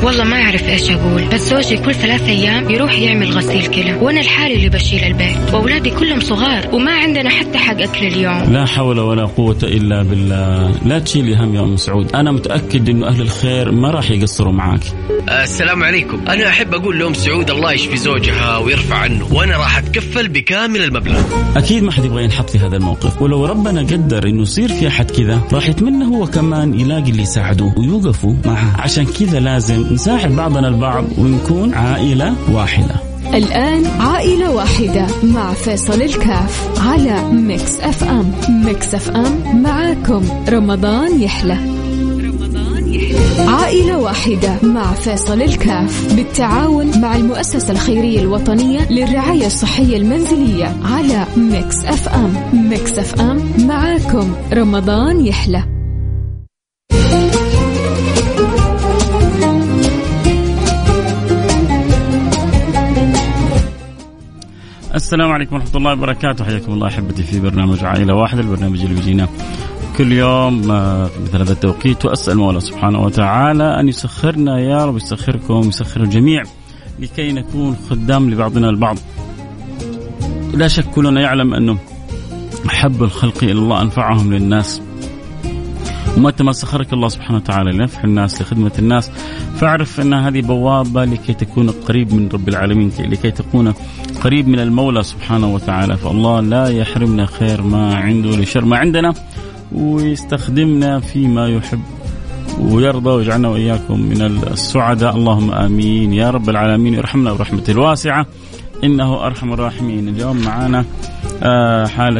والله ما أعرف إيش أقول، بس زوجي كل 3 أيام يروح يعمل غسيل كلى، وأنا الحالي اللي بشيل البيت، وأولادي كلهم صغار وما عندنا حتى حق أكل اليوم. لا حول ولا قوة إلا بالله. لا تشيلي هم يا أم سعود، أنا متأكد إنه أهل الخير ما راح يقصروا معاك. السلام عليكم. أنا أحب أقول لأم سعود الله يشفي زوجها ويرفع عنه، وأنا راح أتكفل بكامل المبلغ. أكيد ما حد يبغى ينحط في هذا الموقف، ولو ربنا قدر إنه يصير في أحد كذا راح يتمنى هو كمان يلاقي اللي يساعده ويوقفوا معه. عشان كذا لازم نساعد بعضنا البعض ونكون عائلة واحدة. الآن عائلة واحدة مع فيصل الكاف على ميكس اف ام. ميكس اف ام معاكم رمضان يحلى. عائلة واحدة مع فيصل الكاف بالتعاون مع المؤسسة الخيرية الوطنية للرعاية الصحية المنزلية على ميكس اف ام. ميكس اف ام معاكم رمضان يحلى. السلام عليكم ورحمة الله وبركاته. حياكم الله أحبتي في برنامج عائلة واحدة، البرنامج اللي بيجينا كل يوم في مثل هذا التوقيت، وأسأل مولا سبحانه وتعالى أن يسخرنا يا رب، يسخركم، يسخر الجميع لكي نكون خدام لبعضنا البعض. لا شك كلنا يعلم أنه أحب الخلق إلى الله أنفعهم للناس، ومتى ما سخرك الله سبحانه وتعالى لنفع الناس لخدمة الناس فاعرف أن هذه بوابة لكي تكون قريب من رب العالمين، لكي تكون قريب من المولى سبحانه وتعالى. فالله لا يحرمنا خير ما عنده لشر ما عندنا، ويستخدمنا فيما يحب ويرضى، ويجعلنا وإياكم من السعداء. اللهم آمين يا رب العالمين. يرحمنا برحمته الواسعة إنه أرحم الراحمين. اليوم معنا حالة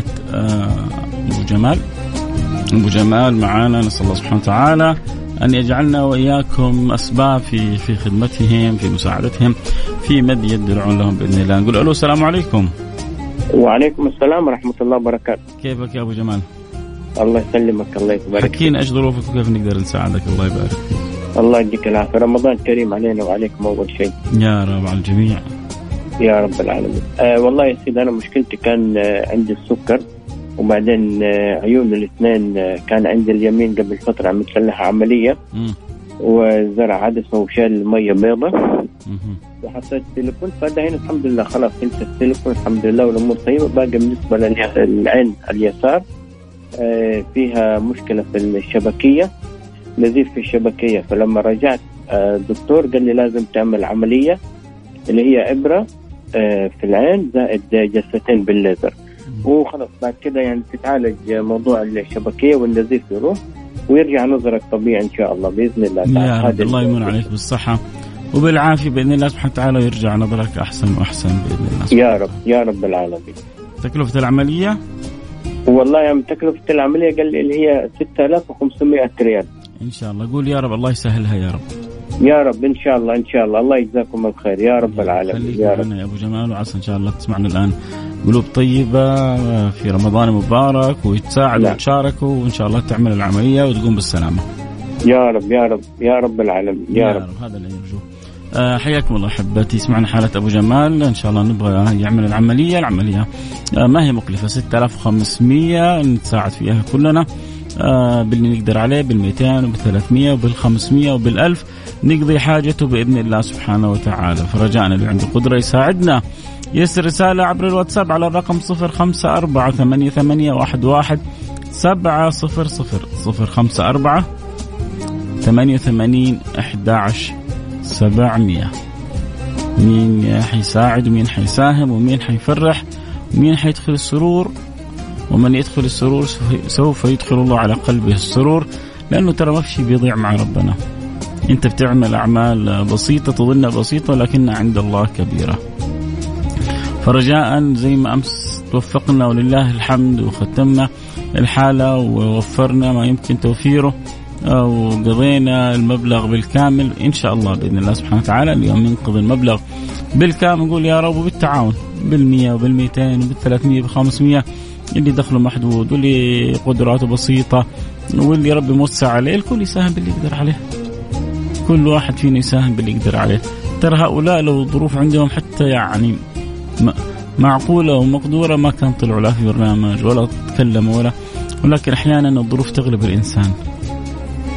أبو جمال معنا، نسأل الله سبحانه وتعالى أن يجعلنا وإياكم أسباب في خدمتهم، في مساعدتهم، في مد يد العون لهم بإذن الله. نقول ألو السلام عليكم. وعليكم السلام ورحمة الله وبركاته. كيفك يا أبو جمال؟ الله يسلمك، الله يبارك. حكينا إيش ظروفك وكيف نقدر نساعدك. الله يبارك فيك. الله يديك العافية. رمضان كريم علينا وعليكم أول شيء. يا رب على الجميع يا رب العالمين. والله يا سيدي أنا مشكلتي كان عندي السكر، وبعدين عيون الاثنين كان عندي اليمين قبل فترة عملت لها عملية وزرع عدسة وشال المية بيضة وحطيت سيليكون. فده هنا الحمد لله خلاص شلت السيليكون الحمد لله والأمور طيبة. باقي بالنسبة للعين اليسار فيها مشكلة في الشبكية، نزيف في الشبكية. فلما رجعت الدكتور قال لي لازم تعمل عملية اللي هي إبرة في العين زائد جلستين بالليزر، وخلاص بعد كده يعني تتعالج موضوع الشبكية والنزيف يروح ويرجع نظرك طبيعي إن شاء الله بإذن الله. يا رب الله يمن عليك بالصحة وبالعافية بإذن الله سبحانه وتعالى، ويرجع نظرك أحسن وأحسن بإذن الله. يا رب يا رب العالمين. تكلفة العملية؟ والله يعني تكلفة العملية قال لي اللي هي 6500 ريال. إن شاء الله. قول يا رب الله يسهلها يا رب. يا رب إن شاء الله إن شاء الله. الله يجزاكم الخير يا رب العالمين. يا رب يا أبو جمال، وعسى إن شاء الله تسمعنا الآن قلوب طيبة في رمضان مبارك ويتساعدوا ويتشاركوا، وإن شاء الله تعمل العملية وتقوم بالسلامة. يا رب يا رب يا رب العالمين يا رب. هذا اللي يرجوه. حياكم الله أحبتي. سمعنا حالة أبو جمال، إن شاء الله نبغى يعمل العملية ما هي مكلفة 6500 نتساعد فيها كلنا باللي نقدر عليه، بال200 وبال300 وبال500 وبال1000 نقضي حاجته بإذن الله سبحانه وتعالى. فرجعنا اللي عنده قدرة يساعدنا يرسل رسالة عبر الواتساب على الرقم 0548811700 0548811700. مين حيساعد ومين حيساهم ومين حيفرح ومين حيدخل السرور، ومن يدخل السرور سوف يدخل الله على قلبه السرور، لأنه ترى ما في شيء بيضيع مع ربنا. أنت بتعمل أعمال بسيطة تظنها بسيطة لكنها عند الله كبيرة. فرجاء زي ما أمس توفقنا ولله الحمد وختمنا الحالة ووفرنا ما يمكن توفيره وقضينا المبلغ بالكامل إن شاء الله بإذن الله سبحانه وتعالى. اليوم ننقضي المبلغ بالكامل، نقول يا رب بالتعاون بال100 وبال200 وبال300 وبال500 اللي دخله محدود واللي قدراته بسيطة واللي ربي موسع عليه، الكل يساهم باللي يقدر عليه. كل واحد فينا يساهم باللي يقدر عليه. ترى هؤلاء لو الظروف عندهم حتى يعني معقولة ومقدورة ما كان طلعوا لا في برنامج ولا تكلموا ولكن أحيانا الظروف تغلب الإنسان،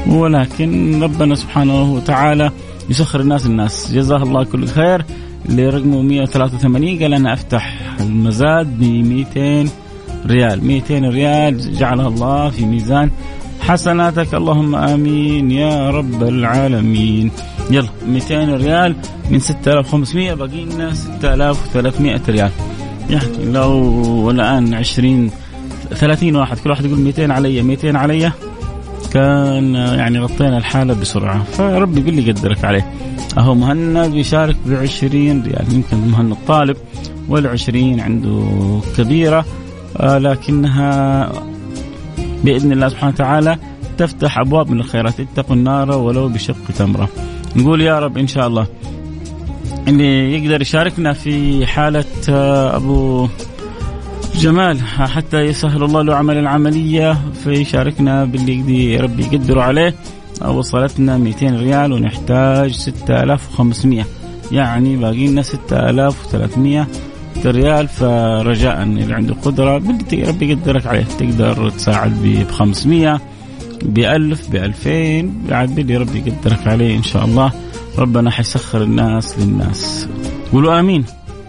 ولكن ربنا سبحانه وتعالى يسخر الناس. جزاه الله كل خير. اللي رقمه 183 قال أنا أفتح المزاد ب 200 ريال. 200 ريال جعلها الله في ميزان حسناتك، اللهم آمين يا رب العالمين. يلا 200 ريال من 6500 باقي لنا 6300 ريال. يعني لو الآن 20-30 واحد كل واحد يقول 200 علي 200 علي، كان يعني غطينا الحالة بسرعة. فربي باللي يقدرك عليه. أهو مهند بيشارك ب20 ريال. يمكن مهند طالب وال20 عنده كبيرة، لكنها بإذن الله سبحانه وتعالى تفتح أبواب من الخيرات. اتقوا النار ولو بشق تمرة. نقول يا رب إن شاء الله اللي يقدر يشاركنا في حالة أبو جمال حتى يسهل الله له عمل العملية، فيشاركنا باللي ربي يقدره عليه. وصلتنا 200 ريال ونحتاج 6500، يعني باقي لنا 6300 ريال. فرجاء اللي عنده قدرة باللي ربي يقدرك عليه تقدر تساعد ب500 ب1000 ب2000 بعد باللي ربي يقدرك عليه. إن شاء الله ربنا حيسخر الناس للناس. قولوا آمين.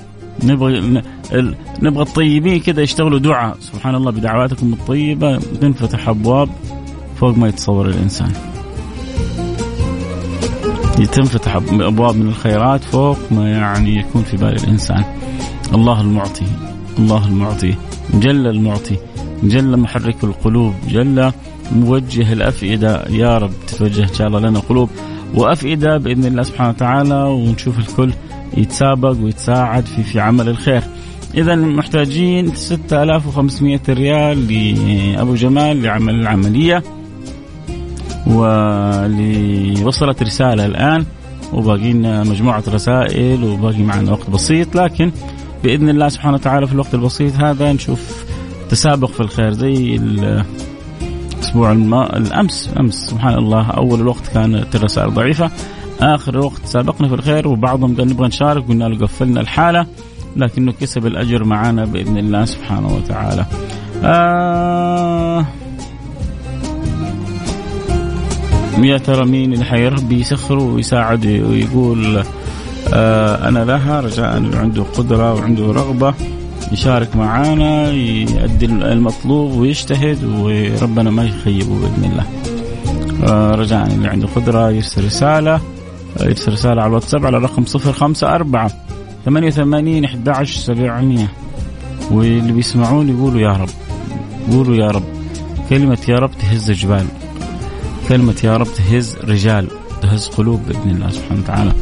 نبغى الطيبين كده يشتغلوا دعاء. سبحان الله بدعواتكم الطيبة تنفتح أبواب فوق ما يتصور الإنسان. تنفتح أبواب من الخيرات فوق ما يعني يكون في بال الإنسان. الله المعطي، الله المعطي، جل المعطي، جل محرك القلوب، جل موجه الأفئدة. يا رب تتوجه إن شاء الله لنا قلوب وأفئدة بإذن الله سبحانه وتعالى، ونشوف الكل يتسابق ويتساعد في عمل الخير. إذا محتاجين 6500 ريال لأبو جمال لعمل العملية، واللي وصلت رسالة الآن وباقينا مجموعة رسائل وباقي معنا وقت بسيط، لكن بإذن الله سبحانه وتعالى في الوقت البسيط هذا نشوف تسابق في الخير زي الأسبوع الأمس سبحان الله. أول الوقت كانت الرسائل ضعيفة، آخر الوقت سابقنا في الخير وبعضهم قال نبغى نشارك، قلنا له قفلنا الحالة، لكنه كسب الأجر معنا بإذن الله سبحانه وتعالى. يا ترى مين اللي حيربي يسخره ويساعد ويقول أنا لها رجاء اللي عنده قدرة وعنده رغبة يشارك معانا يؤدي المطلوب ويجتهد وربنا ما يخيبه بإذن الله. رجاء اللي عنده قدرة يرسل رسالة على الواتساب على رقم 054-88-11-700. واللي بيسمعون يقولوا يا رب، قولوا يا رب. كلمة يا رب تهز جبال، كلمة يا رب تهز رجال، تهز قلوب بإذن الله سبحانه وتعالى.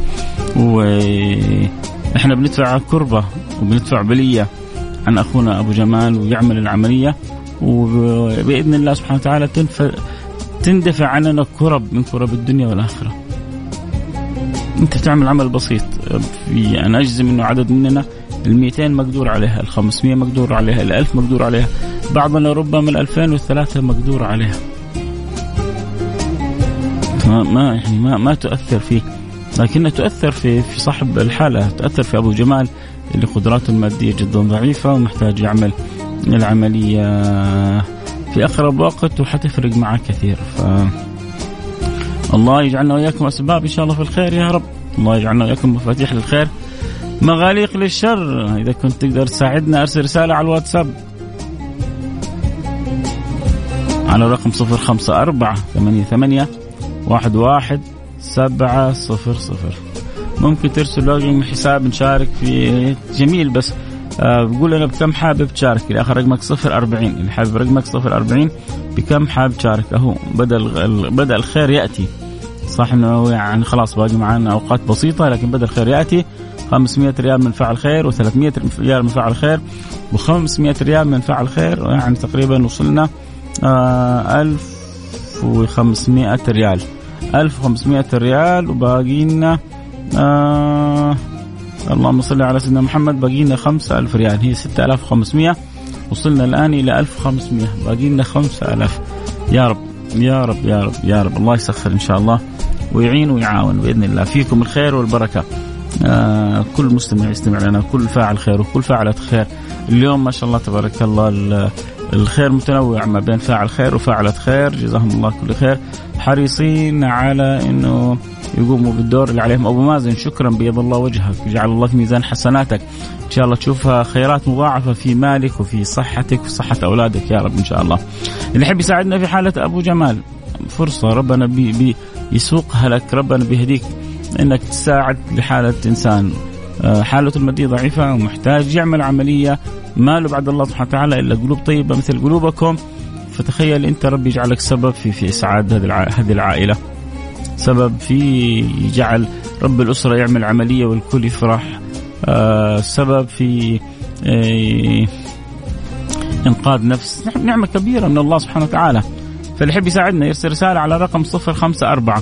وإحنا بندفع كربة وبندفع بلية عن أخونا أبو جمال ويعمل العملية، وبإذن الله سبحانه وتعالى تندفع عننا كرب من كرب الدنيا والآخرة. أنت تعمل عمل بسيط، أنا أجزم إنه عدد مننا 200 مقدور عليها، 500 مقدور عليها، 1000 مقدور عليها، بعضنا ربما 2000 و3 مقدور عليها. ما تؤثر فيه، لكنها تؤثر في صاحب الحالة، تؤثر في أبو جمال اللي قدراته المادية جدا ضعيفة ومحتاج يعمل العملية في أقرب وقت وحتفرق معه كثير. الله يجعلنا وإياكم أسباب إن شاء الله في الخير يا رب. الله يجعلنا وإياكم مفاتيح للخير مغاليق للشر. إذا كنت تقدر تساعدنا أرسل رسالة على الواتساب على رقم 054-88-11-700. ممكن ترسل لوجه حساب نشارك في جميل، بس بقول أنا بكم حابب تشارك. الآخر رقمك 040، اللي حابب رقمك 040 بكم حابب تشارك. أهو بدأ الخير يأتي. صح إنه يعني خلاص باقي معنا أوقات بسيطة، لكن بدأ الخير يأتي. 500 ريال من فعل خير، و300 ريال من فعل خير، و500 ريال من فعل خير، يعني تقريبا وصلنا 1500 ريال. 1500 ريال وباقينا اللهم صل على سيدنا محمد، باقينا 5000 ريال، هي 6500. وصلنا الآن إلى 1500، باقينا 5000. يا رب يا رب يا رب يا رب. الله يسخر إن شاء الله ويعين ويعاون بإذن الله. فيكم الخير والبركة. كل مستمع يستمع لنا، كل فاعل خير وكل فاعلة خير. اليوم ما شاء الله تبارك الله الخير متنوع ما بين فاعل خير وفاعلة خير، جزاهم الله كل خير، حريصين على انه يقوموا بالدور اللي عليهم. ابو مازن شكرا، بيض الله وجهك، جعل الله في ميزان حسناتك، ان شاء الله تشوفها خيرات مضاعفة في مالك وفي صحتك وصحة اولادك يا رب ان شاء الله. اللي يحب يساعدنا في حالة ابو جمال، فرصة ربنا يسوقها لك، ربنا بيهديك انك تساعد لحالة انسان حالته المادية ضعيفة ومحتاج يعمل عملية، ما له بعد الله سبحانه وتعالى إلا قلوب طيبة مثل قلوبكم. فتخيل أنت ربي يجعلك سبب في إسعاد هذه العائلة، سبب في جعل رب الأسرة يعمل عملية والكل يفرح، سبب في إنقاذ نفس، نعمة كبيرة من الله سبحانه وتعالى. فاللي يحب يساعدنا يرسل رسالة على رقم 054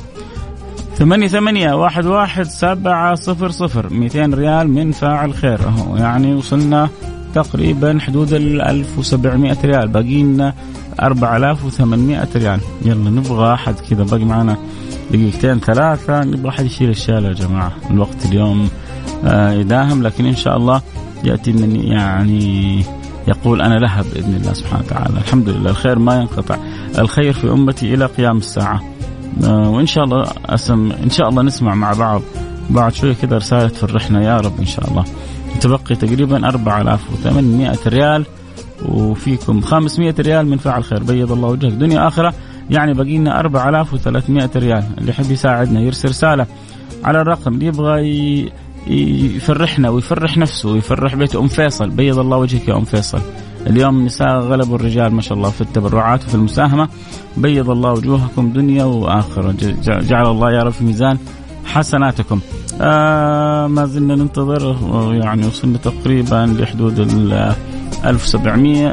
8811 200 ريال من فاعل خير. يعني وصلنا تقريبا حدود 1700 ريال، باقي لنا 4800 ريال. يلا نبغى أحد كذا، باقي معنا دقيقتين ثلاثة، نبغى أحد يشيل الشالة يا جماعة. الوقت اليوم يداهم، لكن إن شاء الله يأتي من يعني يقول أنا لها بإذن الله سبحانه وتعالى. الحمد لله، الخير ما ينقطع، الخير في أمتي إلى قيام الساعة. وإن شاء الله إن شاء الله نسمع مع بعد شوية كده رسالة تفرحنا يا رب إن شاء الله. تبقي تقريبا 4800 ريال، وفيكم 500 ريال من فاعل خير، بيض الله وجهك دنيا آخرة. يعني بقينا 4300 ريال. اللي يحب يساعدنا يرسل رسالة على الرقم اللي يبغى يفرحنا ويفرح نفسه ويفرح بيت أم فيصل. بيض الله وجهك يا أم فيصل، اليوم النساء غلبوا الرجال ما شاء الله في التبرعات وفي المساهمة. بيض الله وجوهكم دنيا وآخرة، جعل الله يا رب في ميزان حسناتكم. ما زلنا ننتظر، يعني وصلنا تقريبا لحدود 1700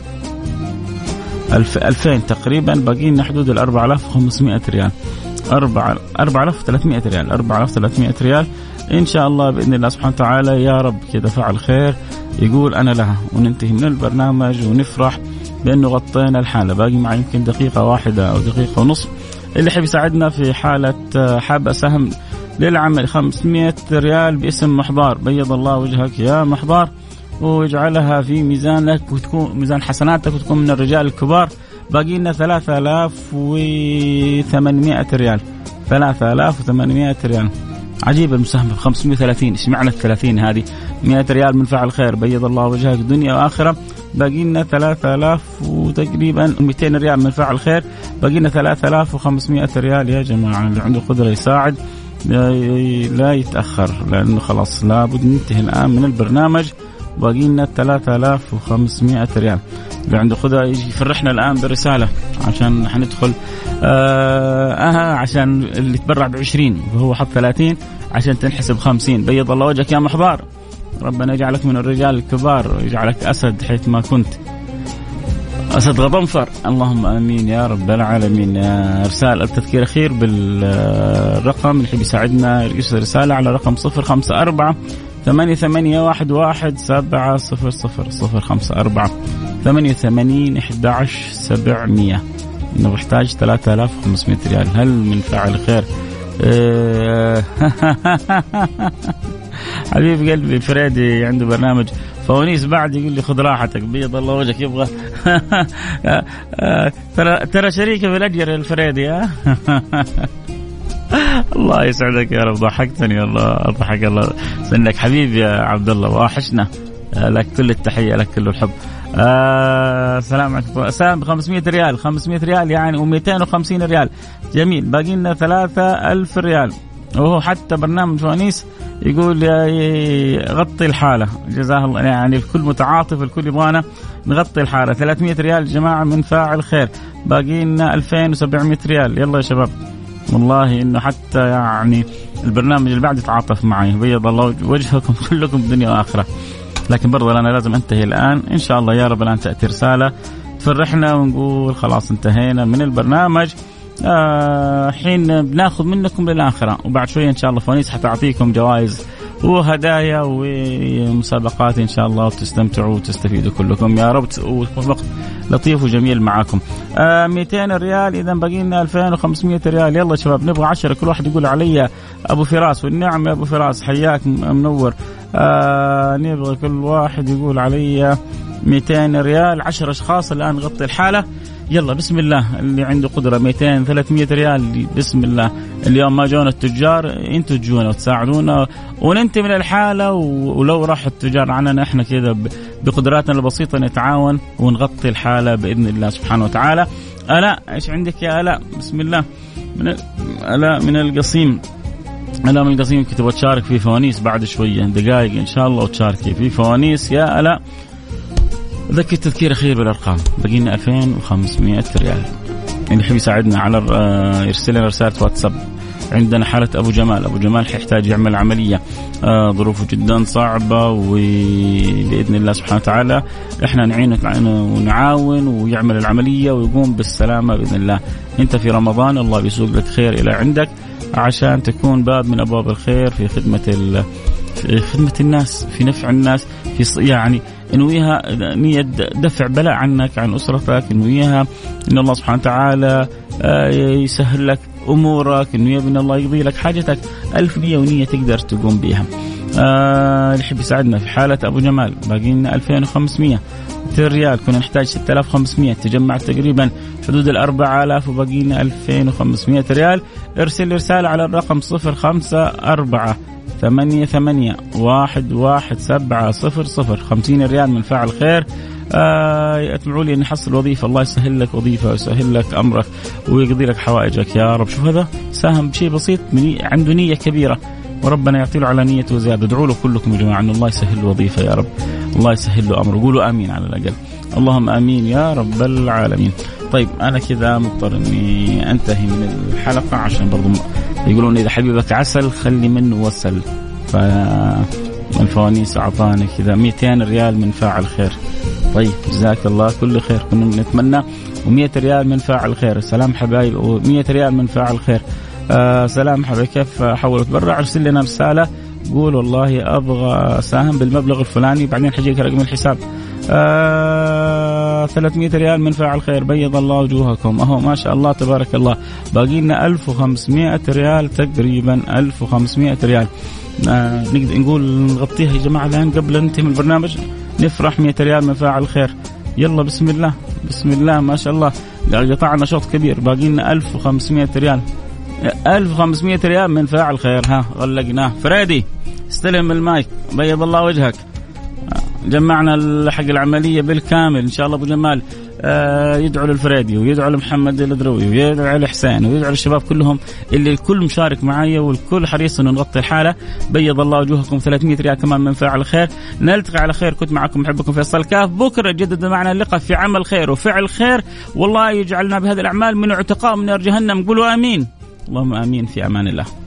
2000 تقريبا، باقي لنا حدود 4500 ريال، 4300 ريال، 4300 ريال إن شاء الله بإذن الله سبحانه وتعالى. يا رب كذا فعل خير يقول أنا لها، وننتهي من البرنامج ونفرح بأنه غطينا الحالة. باقي مع يمكن دقيقة واحدة أو دقيقة ونصف. اللي حب يساعدنا في حالة حاب سهم للعمل 500 ريال باسم محضار. بيض الله وجهك يا محضار ويجعلها في ميزانك وتكون ميزان حسناتك وتكون من الرجال الكبار. باقي لنا 3800 ريال، 3800 ريال. عجيب المساهمة 530. ايش معنى 30 هذه؟ 100 ريال من فعل خير، بيض الله وجهك دنيا وآخرة. باقي لنا 3000 وتقريبا 200 ريال من فعل خير، باقي لنا 3500 ريال. يا جماعة اللي عنده قدرة يساعد لا يتأخر، لأنه خلاص لابد ننتهي الآن من البرنامج. باقي لنا 3500 ريال. اللي عنده قدرة يجي يفرحنا الآن برسالة عشان حندخل عشان اللي تبرع ب20 وهو حط 30 عشان تنحسب 50. بيض الله وجهك يا محضار، ربنا يجعلك من الرجال الكبار ويجعلك أسد حيث ما كنت، أسد غضنفر، اللهم آمين يا رب العالمين. رسالة التذكير أخير بالرقم اللي يحب يساعدنا يرسل رسالة على رقم 054 8811 700 054 88 11 700. نحتاج 3500 ريال. هل من فاعل خير؟ حبيب قلبي الفريدي عنده برنامج فوانيس بعد يقول لي خذ راحتك، بيض الله وجهك يبغى ترى شريكه بالأجر الفريدي. الله يسعدك يا رب، ضحكتني والله، أضحك الله سنك حبيبي يا عبد الله، واحشنا، لك كل التحية، لك كل الحب. السلام عليكم. سلام 500 ريال، 500 ريال يعني و250 ريال. جميل، باقي لنا 3000 ريال. وهو حتى برنامج فوانيس يقول غطي الحالة، جزاه الله، يعني الكل متعاطف، الكل يبغانا نغطي الحالة. 300 ريال جماعة من فاعل خير، باقي لنا 2700 ريال. يلا يا شباب، والله إنه حتى يعني البرنامج اللي بعد يتعاطف معي. بيض الله وجهكم كلكم دنيا وآخرة. لكن برضه أنا لازم أنتهي الآن إن شاء الله. يا رب الآن تأتي رسالة تفرحنا ونقول خلاص انتهينا من البرنامج. حين بناخذ منكم للآخرة، وبعد شوية إن شاء الله فوانيس حتعطيكم جوائز وهدايا ومسابقات إن شاء الله، وتستمتعوا وتستفيدوا كلكم يا رب، ووقت لطيف وجميل معاكم. 200 ريال، إذا باقي لنا 2500 ريال. يلا شباب نبغى 10، كل واحد يقول علي أبو فراس. والنعم يا أبو فراس، حياك منور. نبغى كل واحد يقول علي 200 ريال 10 أشخاص الآن نغطي الحالة. يلا بسم الله، اللي عنده قدرة 200 300 ريال بسم الله. اليوم ما جونا التجار، انتوا تجونا وتساعدونا وننتهي من الحالة. ولو راح التجار عننا احنا كذا بقدراتنا البسيطة نتعاون ونغطي الحالة بإذن الله سبحانه وتعالى. ألاء، ايش عندك يا ألاء؟ بسم الله. ألاء من القصيم. ألاء من القصيم كنت بتشارك في فوانيس بعد شوية دقائق إن شاء الله، وتشاركي في فوانيس يا ألاء. ذكر تذكير أخير بالأرقام، بقينا 2500 ريال. اللي يحب يساعدنا على يرسل لنا رسالة واتساب. عندنا حالة أبو جمال. أبو جمال حيحتاج يعمل عملية، ظروفه جدا صعبة، وبإذن الله سبحانه وتعالى إحنا نعينه ونعاون ويعمل العملية ويقوم بالسلامة بإذن الله. أنت في رمضان الله بيسوق لك خير إلى عندك عشان تكون باب من أبواب الخير في خدمة الناس، في نفع الناس، في يعني نويها نية دفع بلاء عنك عن أسرتك، نويها إن الله سبحانه وتعالى يسهل لك أمورك، نويها بأن الله يقضي لك حاجتك. 1000 نية ونية تقدر تقوم بها. اللي يحب يساعدنا في حالة أبو جمال باقينا 2500 ريال، كنا نحتاج 6500، تجمع تقريبا حدود 4000 وباقينا 2500 ريال. ارسل رسالة على الرقم 0548811700. 50 ريال من فاعل خير. اتبعوا لي ان نحصل وظيفة، الله يسهل لك وظيفة ويسهل لك أمرك ويقضي لك حوائجك يا رب. شوف هذا ساهم بشيء بسيط، عنده نية كبيرة وربنا يعطي له على نيته زيادة. ادعوا له كلكم يا جماعة أن الله يسهل له وظيفة يا رب، الله يسهل له أمره. قولوا آمين على الأقل، اللهم آمين يا رب العالمين. طيب أنا كذا مضطر إني أنتهي من الحلقة عشان برضو يقولون إذا حبيبك عسل خلي منه وسل. فالفوانيس أعطاني كذا 200 ريال من فاعل خير. طيب جزاك الله كل خير، كنا نتمنى. و100 ريال من فاعل خير. سلام حبايب. و100 ريال من فاعل خير. سلام حبايب، كيف أحول أتبرع؟ أرسل لنا رسالة قول والله أبغى أساهم بالمبلغ الفلاني، بعدين حجيك رقم الحساب. 300 ريال من فاعل خير. بيض الله وجوهكم. أهو ما شاء الله تبارك الله. باقينا 1500 ريال تقريبا. 1500 ريال نقدر نقول نغطيها يا جماعة الآن قبل أن ننتهي من البرنامج. نفرح 100 ريال من فاعل خير. يلا بسم الله بسم الله ما شاء الله، قطعنا شوط كبير. باقينا 1500 ريال. 1500 ريال من فاعل خير. ها غلقناه. فريدي استلم المايك، بيض الله وجهك. جمعنا حق العملية بالكامل إن شاء الله. أبو جمال يدعو للفريدي ويدعو لمحمد الدروي ويدعو لحسين ويدعو للشباب كلهم اللي الكل مشارك معي والكل حريص إنه نغطي الحالة. بيض الله وجوهكم. 300 ريال كمان من فاعل خير. نلتقي على خير. كنت معكم محبكم فيصل كاف. بكرة يجدد معنا اللقاء في عمل خير وفعل خير، والله يجعلنا بهذه الأعمال من عتقاء من نار جهنم. قولوا آمين. اللهم آمين. في أمان الله.